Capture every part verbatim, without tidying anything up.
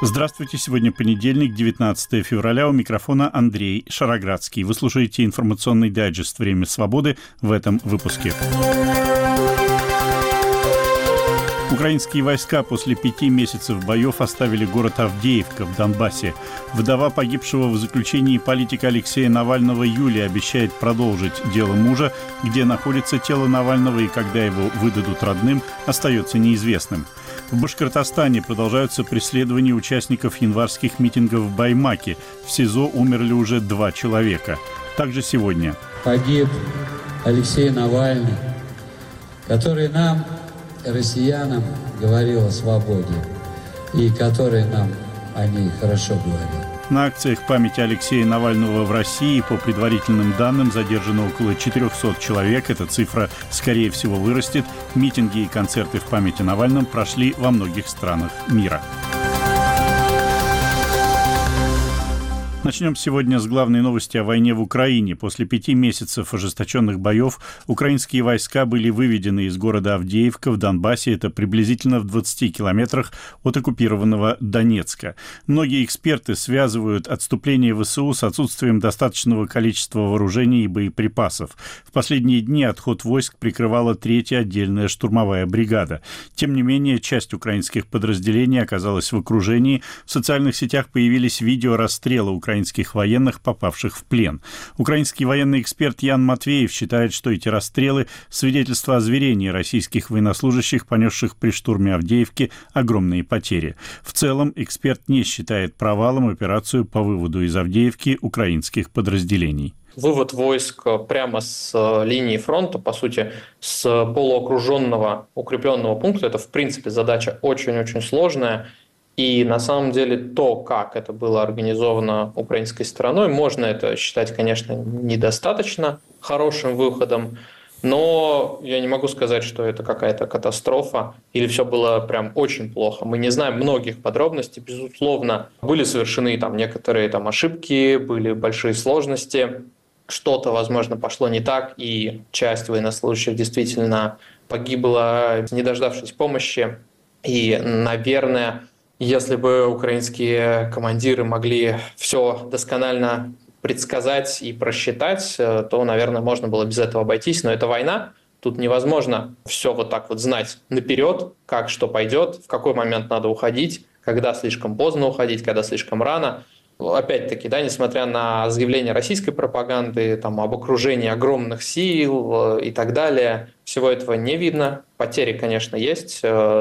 Здравствуйте, сегодня понедельник, девятнадцатое февраля, у микрофона Андрей Шароградский. Вы слушаете информационный дайджест «Время свободы» в этом выпуске. Украинские войска после пяти месяцев боев оставили город Авдеевка в Донбассе. Вдова погибшего в заключении политика Алексея Навального Юлия обещает продолжить дело мужа. Где находится тело Навального и когда его выдадут родным, остается неизвестным. В Башкортостане продолжаются преследования участников январских митингов в Баймаке. В СИЗО умерли уже два человека. Также сегодня погиб Алексей Навальный, который нам, россиянам, говорил о свободе, и который нам о ней хорошо говорил. На акциях памяти Алексея Навального в России, по предварительным данным, задержано около четырехсот человек. Эта цифра, скорее всего, вырастет. Митинги и концерты в память о Навальном прошли во многих странах мира. Начнем сегодня с главной новости о войне в Украине. После пяти месяцев ожесточенных боев украинские войска были выведены из города Авдеевка в Донбассе. Это приблизительно в двадцати километрах от оккупированного Донецка. Многие эксперты связывают отступление ВСУ с отсутствием достаточного количества вооружений и боеприпасов. В последние дни отход войск прикрывала третья отдельная штурмовая бригада. Тем не менее, часть украинских подразделений оказалась в окружении. В социальных сетях появились видео расстрела украинских украинских военных, попавших в плен. Украинский военный эксперт Ян Матвеев считает, что эти расстрелы – свидетельство озверения российских военнослужащих, понесших при штурме Авдеевки огромные потери. В целом, эксперт не считает провалом операцию по выводу из Авдеевки украинских подразделений. Вывод войск прямо с линии фронта, по сути, с полуокруженного укрепленного пункта – это, в принципе, задача очень-очень сложная. И на самом деле то, как это было организовано украинской стороной, можно это считать, конечно, недостаточно хорошим выходом, но я не могу сказать, что это какая-то катастрофа или все было прям очень плохо. Мы не знаем многих подробностей, безусловно, были совершены там некоторые там ошибки, были большие сложности, что-то, возможно, пошло не так, и часть военнослужащих действительно погибла, не дождавшись помощи, и, наверное, если бы украинские командиры могли все досконально предсказать и просчитать, то, наверное, можно было без этого обойтись. Но это война, тут невозможно все вот так вот знать наперед, как что пойдет, в какой момент надо уходить, когда слишком поздно уходить, когда слишком рано. Опять-таки, да, несмотря на заявления российской пропаганды там, об окружении огромных сил и так далее, всего этого не видно. Потери, конечно, есть,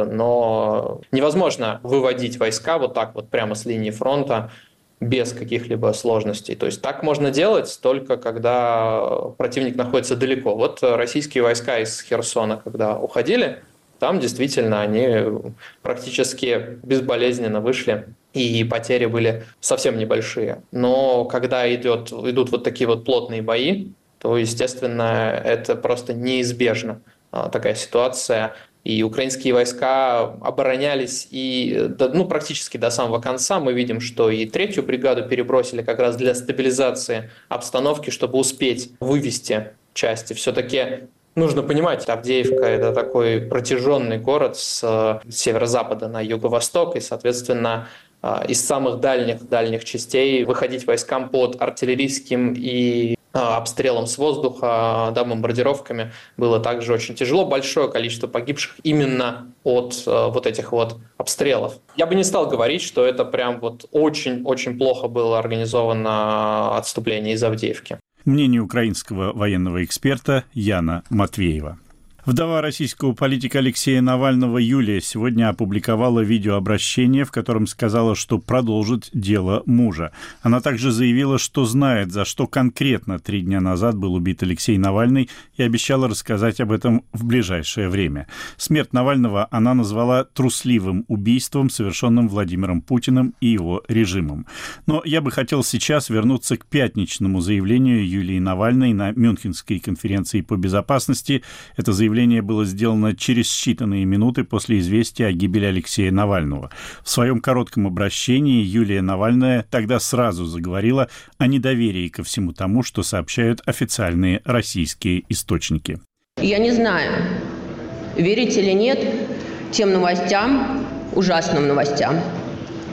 но невозможно выводить войска вот так вот прямо с линии фронта без каких-либо сложностей. То есть так можно делать только когда противник находится далеко. Вот российские войска из Херсона, когда уходили, там действительно они практически безболезненно вышли, и потери были совсем небольшие. Но когда идет, идут вот такие вот плотные бои, то, естественно, это просто неизбежно такая ситуация. И украинские войска оборонялись и, ну, практически до самого конца. Мы видим, что и третью бригаду перебросили как раз для стабилизации обстановки, чтобы успеть вывести части. Все-таки нужно понимать, Авдеевка – это такой протяженный город с северо-запада на юго-восток, и, соответственно, из самых дальних дальних частей выходить войскам под артиллерийским и обстрелом с воздуха, да, бомбардировками было также очень тяжело. Большое количество погибших именно от вот этих вот обстрелов. Я бы не стал говорить, что это прям вот очень-очень плохо было организовано отступление из Авдеевки. Мнение украинского военного эксперта Яна Матвеева. Вдова российского политика Алексея Навального Юлия сегодня опубликовала видеообращение, в котором сказала, что продолжит дело мужа. Она также заявила, что знает, за что конкретно три дня назад был убит Алексей Навальный, и обещала рассказать об этом в ближайшее время. Смерть Навального она назвала трусливым убийством, совершенным Владимиром Путиным и его режимом. Но я бы хотел сейчас вернуться к пятничному заявлению Юлии Навальной на Мюнхенской конференции по безопасности. Это заявление Заявление было сделано через считанные минуты после известия о гибели Алексея Навального. В своем коротком обращении Юлия Навальная тогда сразу заговорила о недоверии ко всему тому, что сообщают официальные российские источники. Я не знаю, верить или нет тем новостям, ужасным новостям,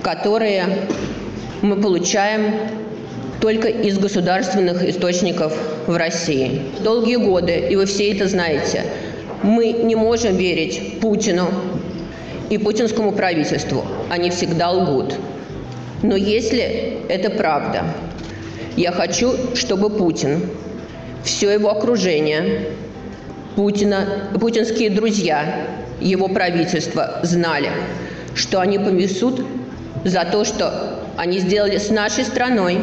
которые мы получаем только из государственных источников в России. Долгие годы, и вы все это знаете, мы не можем верить Путину и путинскому правительству. Они всегда лгут. Но если это правда, я хочу, чтобы Путин, все его окружение, Путина, путинские друзья, его правительство знали, что они понесут за то, что они сделали с нашей страной,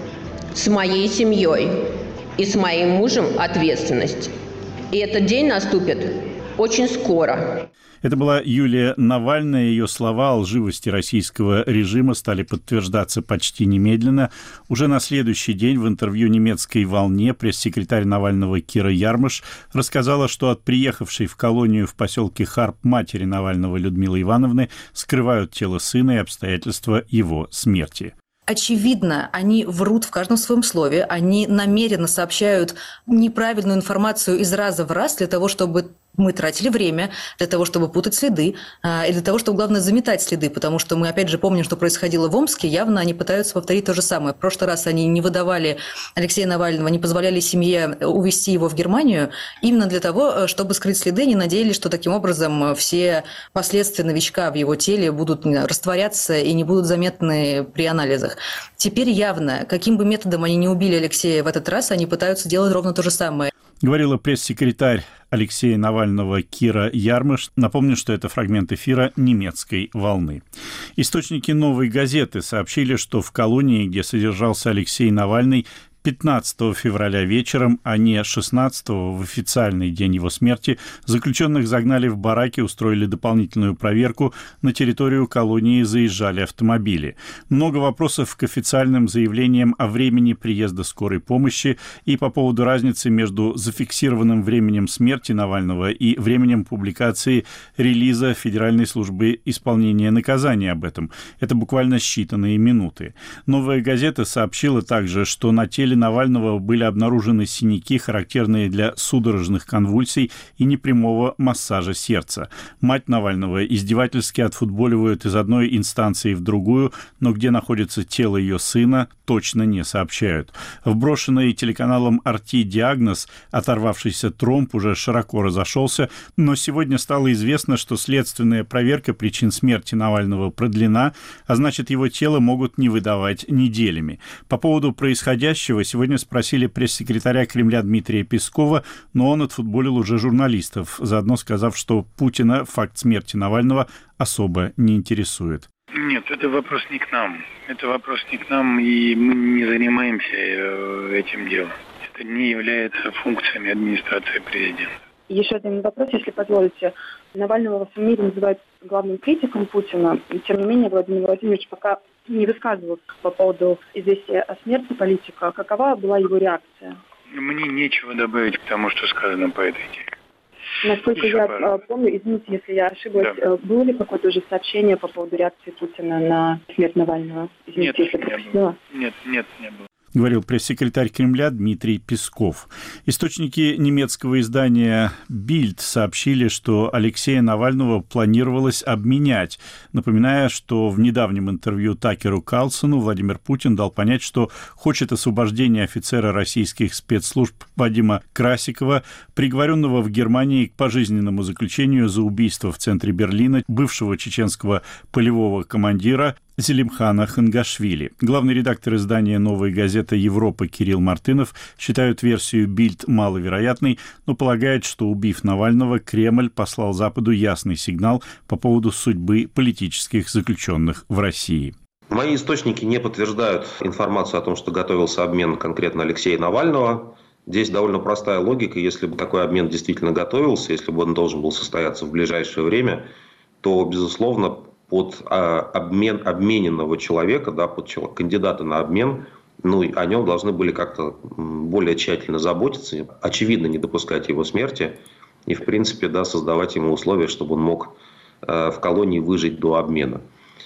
с моей семьей и с моим мужем ответственность. И этот день наступит очень скоро. Это была Юлия Навальная. Ее слова о лживости российского режима стали подтверждаться почти немедленно. Уже на следующий день в интервью «Немецкой волне» пресс-секретарь Навального Кира Ярмыш рассказала, что от приехавшей в колонию в поселке Харп матери Навального Людмилы Ивановны скрывают тело сына и обстоятельства его смерти. Очевидно, они врут в каждом своем слове, они намеренно сообщают неправильную информацию из раза в раз для того, чтобы мы тратили время, для того, чтобы путать следы, и для того, чтобы, главное, заметать следы, потому что мы, опять же, помним, что происходило в Омске, явно они пытаются повторить то же самое. В прошлый раз они не выдавали Алексея Навального, не позволяли семье увезти его в Германию именно для того, чтобы скрыть следы, не надеялись, что таким образом все последствия новичка в его теле будут растворяться и не будут заметны при анализах. Теперь явно, каким бы методом они не убили Алексея в этот раз, они пытаются делать ровно то же самое. Говорила пресс-секретарь Алексея Навального Кира Ярмыш. Напомню, что это фрагмент эфира «Немецкой волны». Источники «Новой газеты» сообщили, что в колонии, где содержался Алексей Навальный, пятнадцатого февраля вечером, а не шестнадцатого, в официальный день его смерти, заключенных загнали в бараки, устроили дополнительную проверку, на территорию колонии заезжали автомобили. Много вопросов к официальным заявлениям о времени приезда скорой помощи и по поводу разницы между зафиксированным временем смерти Навального и временем публикации релиза Федеральной службы исполнения наказания об этом. Это буквально считанные минуты. «Новая газета» сообщила также, что на теле Навального были обнаружены синяки, характерные для судорожных конвульсий и непрямого массажа сердца. Мать Навального издевательски отфутболивают из одной инстанции в другую, но где находится тело ее сына, точно не сообщают. В брошенный телеканалом эр тэ диагноз оторвавшийся тромб уже широко разошелся, но сегодня стало известно, что следственная проверка причин смерти Навального продлена, а значит, его тело могут не выдавать неделями. По поводу происходящего сегодня спросили пресс-секретаря Кремля Дмитрия Пескова, но он отфутболил уже журналистов, заодно сказав, что Путина факт смерти Навального особо не интересует. Нет, это вопрос не к нам. Это вопрос не к нам, и мы не занимаемся этим делом. Это не является функциями администрации президента. Еще один вопрос, если позволите. Навального во всем мире называют главным критиком Путина. Тем не менее, Владимир Владимирович пока не высказывался по поводу известия о смерти политика. Какова была его реакция? Мне нечего добавить к тому, что сказано по этой теме. Насколько Еще я пара. помню, извините, если я ошиблась, да. было ли какое-то уже сообщение по поводу реакции Путина на смерть Навального? Извините, нет, если не было. Нет, нет, не было. Говорил пресс-секретарь Кремля Дмитрий Песков. Источники немецкого издания «Бильд» сообщили, что Алексея Навального планировалось обменять, напоминая, что в недавнем интервью Такеру Карлсону Владимир Путин дал понять, что хочет освобождения офицера российских спецслужб Вадима Красикова, приговоренного в Германии к пожизненному заключению за убийство в центре Берлина бывшего чеченского полевого командира Зелимхана Хангашвили. Главный редактор издания «Новая газета Европа» Кирилл Мартынов считает версию «Бильд» маловероятной, но полагает, что, убив Навального, Кремль послал Западу ясный сигнал по поводу судьбы политических заключенных в России. Мои источники не подтверждают информацию о том, что готовился обмен конкретно Алексея Навального. Здесь довольно простая логика. Если бы такой обмен действительно готовился, если бы он должен был состояться в ближайшее время, то, безусловно, под а, обмен обмененного человека, да, под человека, кандидата на обмен, ну, о нем должны были как-то более тщательно заботиться, очевидно, не допускать его смерти и, в принципе, да, создавать ему условия, чтобы он мог э, в колонии выжить до обмена.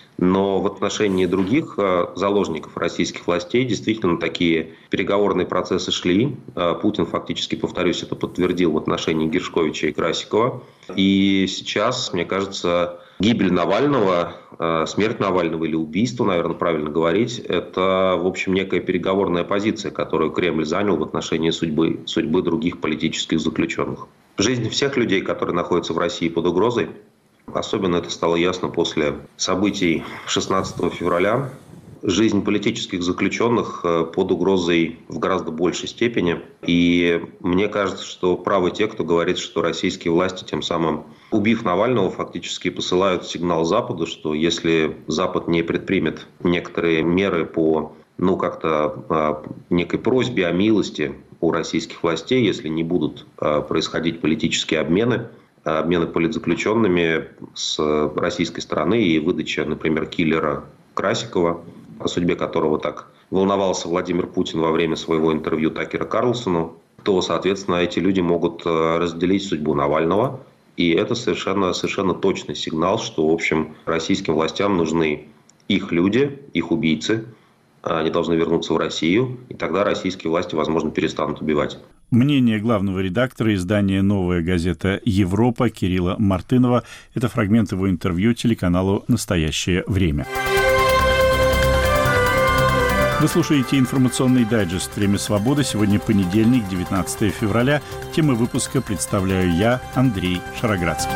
Но в отношении других э, заложников российских властей действительно такие переговорные процессы шли. Э, Путин фактически, повторюсь, это подтвердил в отношении Гершковича и Красикова. И сейчас, мне кажется, Гибель Навального, смерть Навального или убийство, наверное, правильно говорить, это, в общем, некая переговорная позиция, которую Кремль занял в отношении судьбы, судьбы других политических заключенных. Жизнь всех людей, которые находятся в России под угрозой, особенно это стало ясно после событий шестнадцатого февраля, жизнь политических заключенных под угрозой в гораздо большей степени. И мне кажется, что правы те, кто говорит, что российские власти тем самым, убив Навального, фактически посылают сигнал Западу, что если Запад не предпримет некоторые меры по, ну, как-то некой просьбе о милости у российских властей, если не будут происходить политические обмены, обмены политзаключенными с российской стороны и выдача, например, киллера Красикова, о судьбе которого так волновался Владимир Путин во время своего интервью Такеру Карлсону, то, соответственно, эти люди могут разделить судьбу Навального. И это совершенно, совершенно точный сигнал, что, в общем, российским властям нужны их люди, их убийцы. Они должны вернуться в Россию, и тогда российские власти, возможно, перестанут убивать. Мнение главного редактора издания «Новая газета Европа» Кирилла Мартынова. Это фрагмент его интервью телеканалу «Настоящее время». Вы слушаете информационный дайджест «Время свободы». Сегодня понедельник, девятнадцатое февраля. Темы выпуска представляю я, Андрей Шароградский.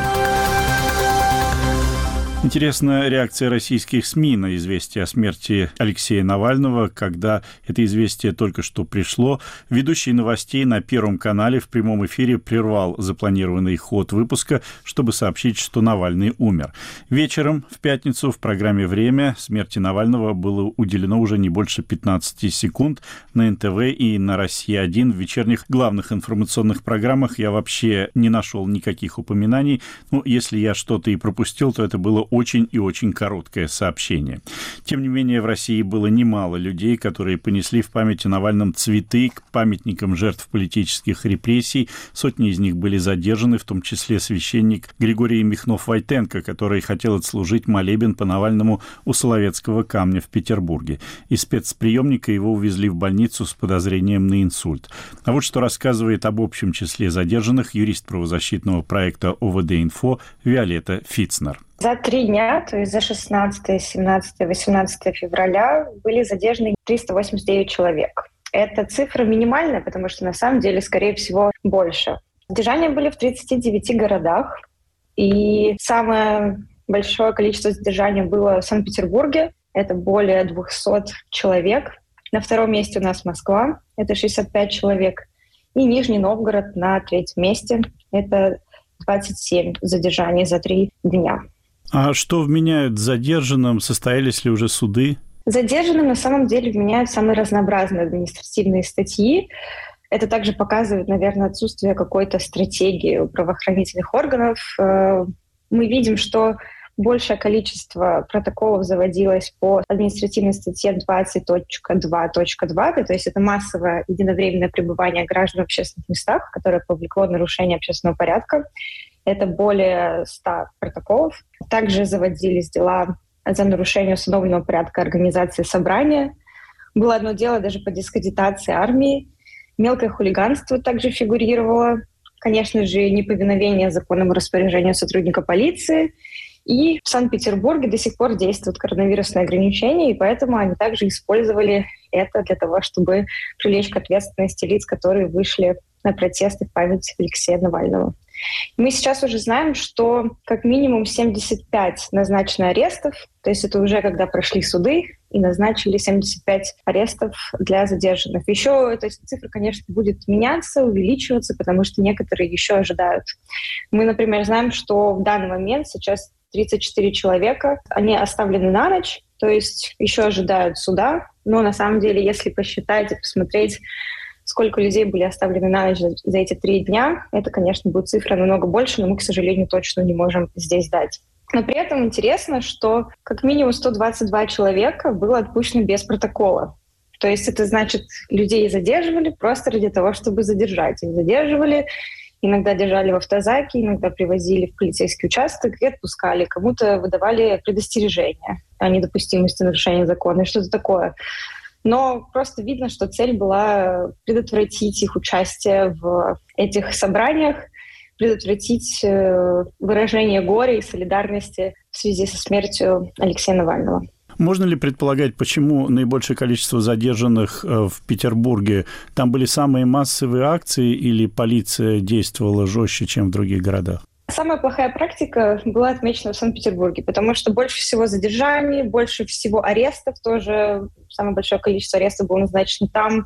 Интересна реакция российских СМИ на известие о смерти Алексея Навального. Когда это известие только что пришло, ведущий новостей на Первом канале в прямом эфире прервал запланированный ход выпуска, чтобы сообщить, что Навальный умер. Вечером, в пятницу, в программе «Время» смерти Навального было уделено уже не больше пятнадцати секунд. На эн тэ вэ и на «Россия один» в вечерних главных информационных программах я вообще не нашел никаких упоминаний. Ну, если я что-то и пропустил, то это было очень и очень короткое сообщение. Тем не менее, в России было немало людей, которые понесли в память о Навальном цветы к памятникам жертв политических репрессий. Сотни из них были задержаны, в том числе священник Григорий Михнов-Войтенко, который хотел отслужить молебен по Навальному у Соловецкого камня в Петербурге. Из спецприемника его увезли в больницу с подозрением на инсульт. А вот что рассказывает об общем числе задержанных юрист правозащитного проекта о вэ дэ-Инфо Виолетта Фицнер. За три дня, то есть за шестнадцатое, семнадцатое, восемнадцатое февраля, были задержаны триста восемьдесят девять человек. Эта цифра минимальная, потому что на самом деле, скорее всего, больше. Задержания были в тридцати девяти городах, и самое большое количество задержаний было в Санкт-Петербурге, это более двухсот человек. На втором месте у нас Москва, это шестьдесят пять человек, и Нижний Новгород на третьем месте, это двадцать семь задержаний за три дня. А что вменяют задержанным? Состоялись ли уже суды? Задержанным на самом деле вменяют самые разнообразные административные статьи. Это также показывает, наверное, отсутствие какой-то стратегии у правоохранительных органов. Мы видим, что большее количество протоколов заводилось по административной статье двадцать точка два точка два, то есть это массовое единовременное пребывание граждан в общественных местах, которое повлекло нарушение общественного порядка. Это более ста протоколов. Также заводились дела за нарушение установленного порядка организации собрания. Было одно дело даже по дискредитации армии. Мелкое хулиганство также фигурировало. Конечно же, неповиновение законному распоряжению сотрудника полиции. И в Санкт-Петербурге до сих пор действуют коронавирусные ограничения, и поэтому они также использовали это для того, чтобы привлечь к ответственности лиц, которые вышли на протесты в память Алексея Навального. Мы сейчас уже знаем, что как минимум семьдесят пять назначено арестов, то есть это уже когда прошли суды и назначили семьдесят пять арестов для задержанных. Еще эта цифра, конечно, будет меняться, увеличиваться, потому что некоторые еще ожидают. Мы, например, знаем, что в данный момент сейчас тридцать четыре человека, они оставлены на ночь, то есть еще ожидают суда, но на самом деле, если посчитать и посмотреть, сколько людей были оставлены на ночь за эти три дня, это, конечно, будет цифра намного больше, но мы, к сожалению, точно не можем здесь дать. Но при этом интересно, что как минимум сто двадцать два человека было отпущено без протокола. То есть это значит, людей задерживали просто ради того, чтобы задержать. Их задерживали, иногда держали в автозаке, иногда привозили в полицейский участок и отпускали. Кому-то выдавали предостережения о недопустимости нарушения закона и что-то такое. Но просто видно, что цель была предотвратить их участие в этих собраниях, предотвратить выражение горя и солидарности с в связи со смертью Алексея Навального. Можно ли предполагать, почему наибольшее количество задержанных в Петербурге? Там были самые массовые акции или полиция действовала жестче, чем в других городах? Самая плохая практика была отмечена в Санкт-Петербурге, потому что больше всего задержаний, больше всего арестов, тоже самое большое количество арестов было назначено там.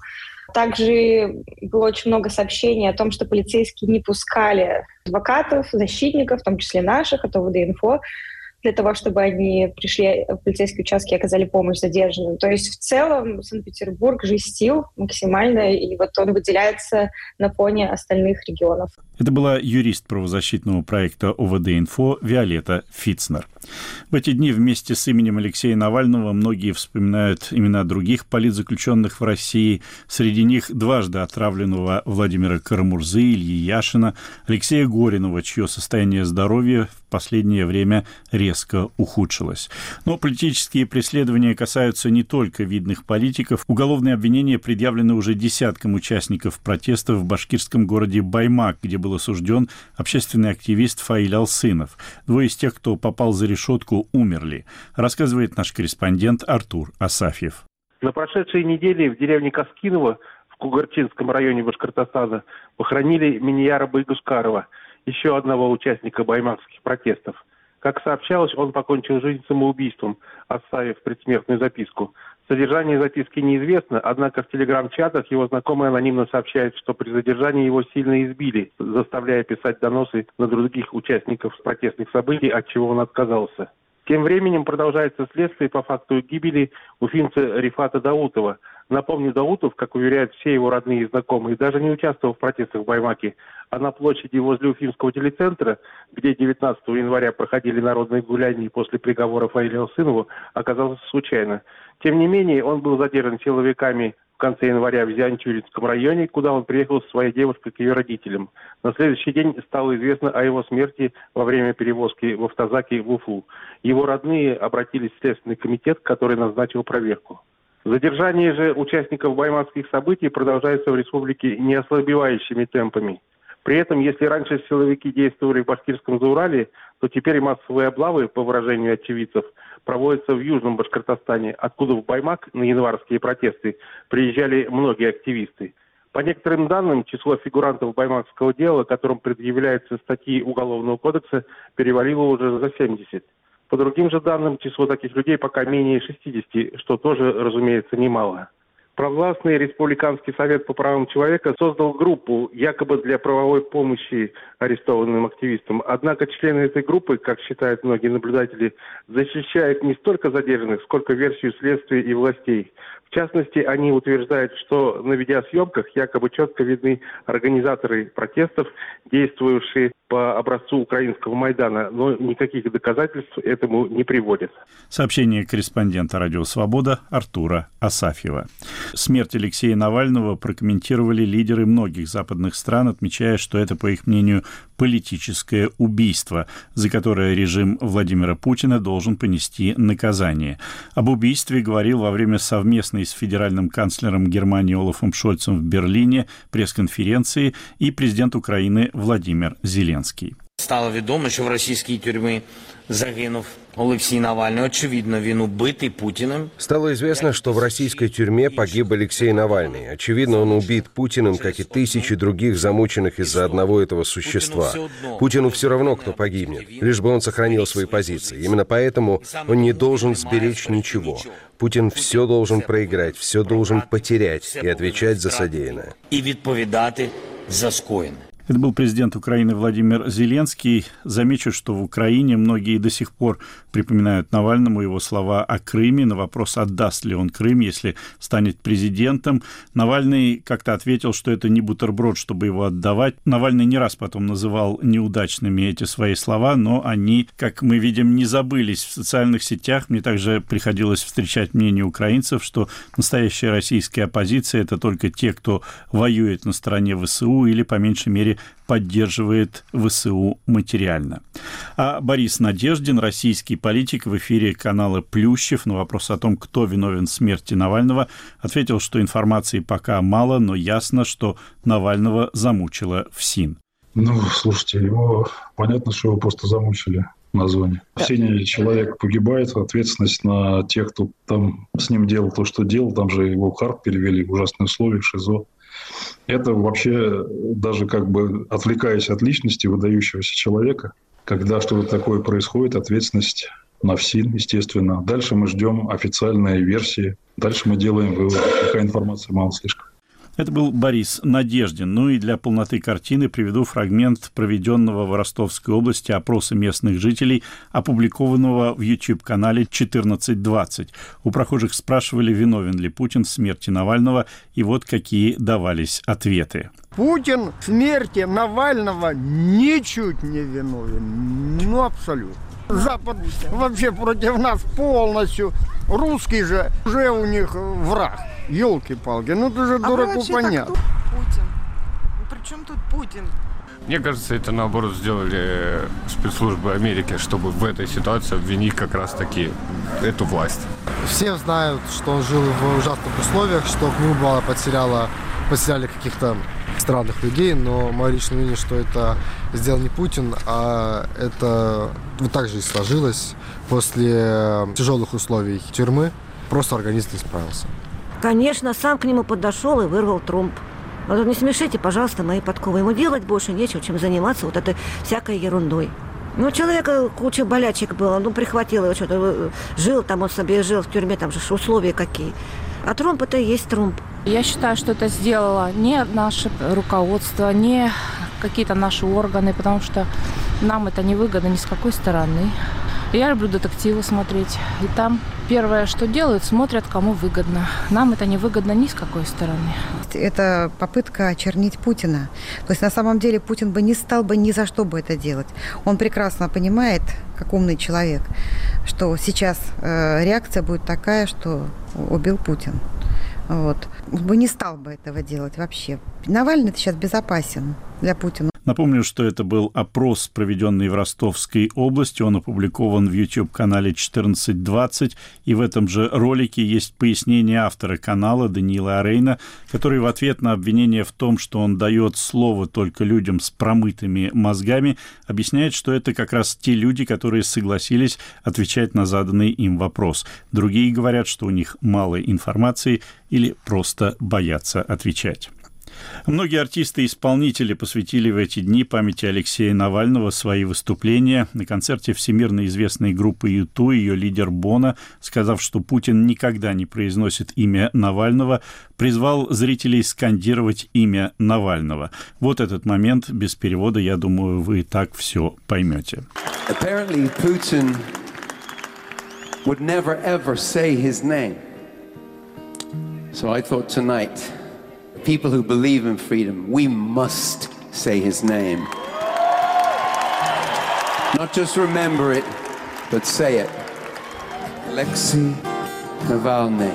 Также было очень много сообщений о том, что полицейские не пускали адвокатов, защитников, в том числе наших, от ОВД-инфо, для того, чтобы они пришли в полицейские участки и оказали помощь задержанным. То есть в целом Санкт-Петербург жестил максимально, и вот он выделяется на фоне остальных регионов. Это была юрист правозащитного проекта ОВД-инфо Виолетта Фицнер. В эти дни вместе с именем Алексея Навального многие вспоминают имена других политзаключенных в России. Среди них дважды отравленного Владимира Карамурзы, Ильи Яшина, Алексея Горинова, чье состояние здоровья в последнее время резко ухудшилось. Но политические преследования касаются не только видных политиков. Уголовные обвинения предъявлены уже десяткам участников протестов в башкирском городе Баймак, где был осужден общественный активист Фаиль Алсынов. Двое из тех, кто попал за решетку, умерли, рассказывает наш корреспондент Артур Асафьев. На прошедшей неделе в деревне Каскиново в Кугарчинском районе Башкортостана похоронили Минияра Байгушкарова, еще одного участника баймакских протестов. Как сообщалось, он покончил жизнь самоубийством, оставив предсмертную записку. Содержание записки неизвестно, однако в телеграм-чатах его знакомые анонимно сообщают, что при задержании его сильно избили, заставляя писать доносы на других участников протестных событий, от чего он отказался. Тем временем продолжается следствие по факту гибели уфимца Рифата Даутова. Напомню, Даутов, как уверяют все его родные и знакомые, даже не участвовал в протестах в Баймаке, а на площади возле Уфимского телецентра, где девятнадцатого января проходили народные гуляния после приговора Фаилю Алсынову, оказался случайно. Тем не менее, он был задержан силовиками в конце января в Зианчуринском районе, куда он приехал со своей девушкой к ее родителям. На следующий день стало известно о его смерти во время перевозки в автозаке в Уфу. Его родные обратились в Следственный комитет, который назначил проверку. Задержание же участников баймакских событий продолжается в республике неослабевающими темпами. При этом, если раньше силовики действовали в Башкирском Заурале, то теперь массовые облавы, по выражению очевидцев, проводятся в Южном Башкортостане, откуда в Баймак на январские протесты приезжали многие активисты. По некоторым данным, число фигурантов баймакского дела, которым предъявляются статьи Уголовного кодекса, перевалило уже за семьдесят. По другим же данным, число таких людей пока менее шестидесяти, что тоже, разумеется, немало. Провластный Республиканский совет по правам человека создал группу якобы для правовой помощи арестованным активистам. Однако члены этой группы, как считают многие наблюдатели, защищают не столько задержанных, сколько версию следствия и властей. В частности, они утверждают, что на видеосъемках якобы четко видны организаторы протестов, действующие по образцу украинского Майдана, но никаких доказательств этому не приводят. Сообщение корреспондента «Радио Свобода» Артура Асафьева. Смерть Алексея Навального прокомментировали лидеры многих западных стран, отмечая, что это, по их мнению, политическое убийство, за которое режим Владимира Путина должен понести наказание. Об убийстве говорил во время совместной с федеральным канцлером Германии Олафом Шольцем в Берлине пресс-конференции и президент Украины Владимир Зеленский. Стало відомо, що в російській тюрмі загинув Алексей Навальный. Очевидно, він убитый Путиным. Стало известно, что в российской тюрьме погиб Алексей Навальный. Очевидно, он убит Путиным, как и тысячи других замученных из-за одного этого существа. Путину все равно, кто погибнет, лишь бы он сохранил свои позиции. Именно поэтому он не должен сберечь ничего. Путин все должен проиграть, все должен потерять и отвечать за содеянное. И відповідати за скоєне. Это был президент Украины Владимир Зеленский. Замечу, что в Украине многие до сих пор припоминают Навальному его слова о Крыме. На вопрос, отдаст ли он Крым, если станет президентом, Навальный как-то ответил, что это не бутерброд, чтобы его отдавать. Навальный не раз потом называл неудачными эти свои слова, но они, как мы видим, не забылись в социальных сетях. Мне также приходилось встречать мнение украинцев, что настоящая российская оппозиция – это только те, кто воюет на стороне ВСУ или, по меньшей мере, поддерживает ВСУ материально. А Борис Надеждин, российский политик, в эфире канала «Плющев» на вопрос о том, кто виновен в смерти Навального, ответил, что информации пока мало, но ясно, что Навального замучила ФСИН. Ну, слушайте, его понятно, что его просто замучили. на зоне. В Синей человек погибает, ответственность на тех, кто там с ним делал то, что делал. Там же его в Харт перевели в ужасные условия, в ШИЗО. Это вообще, даже как бы отвлекаясь от личности выдающегося человека, когда что-то такое происходит, ответственность на ФСИН, естественно. Дальше мы ждем официальной версии. Дальше мы делаем вывод. Какая информация мало слишком. Это был Борис Надеждин. Ну и для полноты картины приведу фрагмент проведенного в Ростовской области опроса местных жителей, опубликованного в YouTube-канале четырнадцать двадцать. У прохожих спрашивали, виновен ли Путин в смерти Навального, и вот какие давались ответы. Путин в смерти Навального ничуть не виновен. Ну, абсолютно. Запад вообще против нас полностью. Русский же уже у них враг. Ёлки-палки, ну это же а дураку понятно. Путин. При чем тут Путин? Мне кажется, это наоборот сделали спецслужбы Америки, чтобы в этой ситуации обвинить как раз-таки эту власть. Все знают, что он жил в ужасных условиях, что к нему было потеряло, потеряли каких-то странных людей, но мое личное мнение, что это сделал не Путин, а это вот так же и сложилось. После тяжелых условий тюрьмы просто организм не справился. Конечно, сам к нему подошел и вырвал тромб. Но не смешите, пожалуйста, мои подковы. Ему делать больше нечего, чем заниматься вот этой всякой ерундой. Ну, у человека куча болячек было, ну, прихватило его что-то, жил там, он себе жил в тюрьме, там же условия какие. А тромб – это и есть тромб. Я считаю, что это сделало не наше руководство, не какие-то наши органы, потому что нам это не выгодно ни с какой стороны. Я люблю детективы смотреть. И там первое, что делают, смотрят, кому выгодно. Нам это не выгодно ни с какой стороны. Это попытка очернить Путина. То есть на самом деле Путин бы не стал бы ни за что бы это делать. Он прекрасно понимает, как умный человек, что сейчас э, реакция будет такая, что убил Путин. Вот. Он бы не стал бы этого делать вообще. Навальный сейчас безопасен для Путина. Напомню, что это был опрос, проведенный в Ростовской области. Он опубликован в YouTube-канале четырнадцать двадцать. И в этом же ролике есть пояснение автора канала Даниила Арейна, который в ответ на обвинение в том, что он дает слово только людям с промытыми мозгами, объясняет, что это как раз те люди, которые согласились отвечать на заданный им вопрос. Другие говорят, что у них мало информации или просто боятся отвечать. Многие артисты и исполнители посвятили в эти дни памяти Алексея Навального свои выступления. На концерте всемирно известной группы ю ту ее лидер Боно, сказав, что Путин никогда не произносит имя Навального, призвал зрителей скандировать имя Навального. Вот этот момент без перевода, я думаю, вы и так все поймете. Apparently, Putin would never ever say his name. So I thought tonight, people who believe in freedom, we must say his name. Not just remember it, but say it. Alexei Navalny.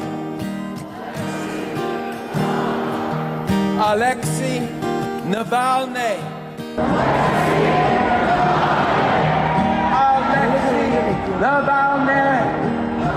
Alexei Navalny. Alexei Navalny.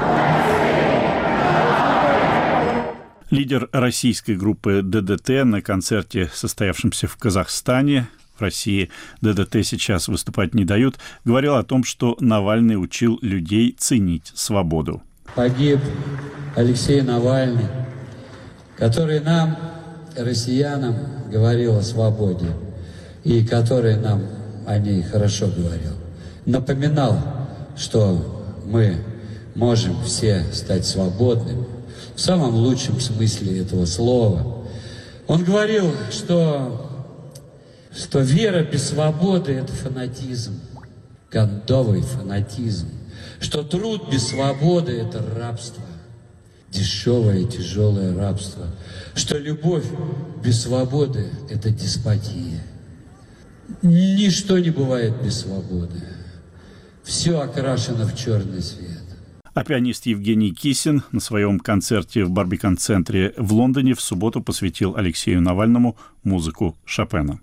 Лидер российской группы дэ дэ тэ на концерте, состоявшемся в Казахстане, в России дэ дэ тэ сейчас выступать не дают, говорил о том, что Навальный учил людей ценить свободу. Погиб Алексей Навальный, который нам, россиянам, говорил о свободе, и который нам о ней хорошо говорил. Напоминал, что мы можем все стать свободными, в самом лучшем смысле этого слова. Он говорил, что, что вера без свободы – это фанатизм, гондовый фанатизм, что труд без свободы – это рабство, дешевое тяжелое рабство, что любовь без свободы – это деспотия. Ничто не бывает без свободы. Все окрашено в черный свет. А пианист Евгений Кисин на своем концерте в Барбикан-центре в Лондоне в субботу посвятил Алексею Навальному музыку Шопена.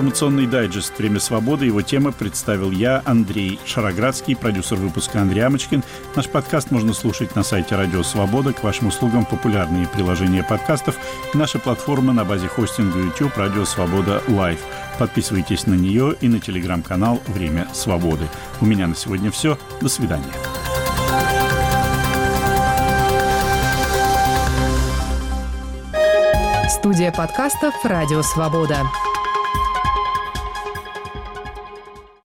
информационный дайджест «Время свободы». Его темы представил я, Андрей Шароградский, продюсер выпуска Андрей Амочкин. Наш подкаст можно слушать на сайте Радио Свобода. К вашим услугам популярные приложения подкастов и наша платформа на базе хостинга YouTube «Радио Свобода Лайв». Подписывайтесь на нее и на телеграм-канал «Время свободы». У меня на сегодня все. До свидания. Студия подкастов «Радио Свобода».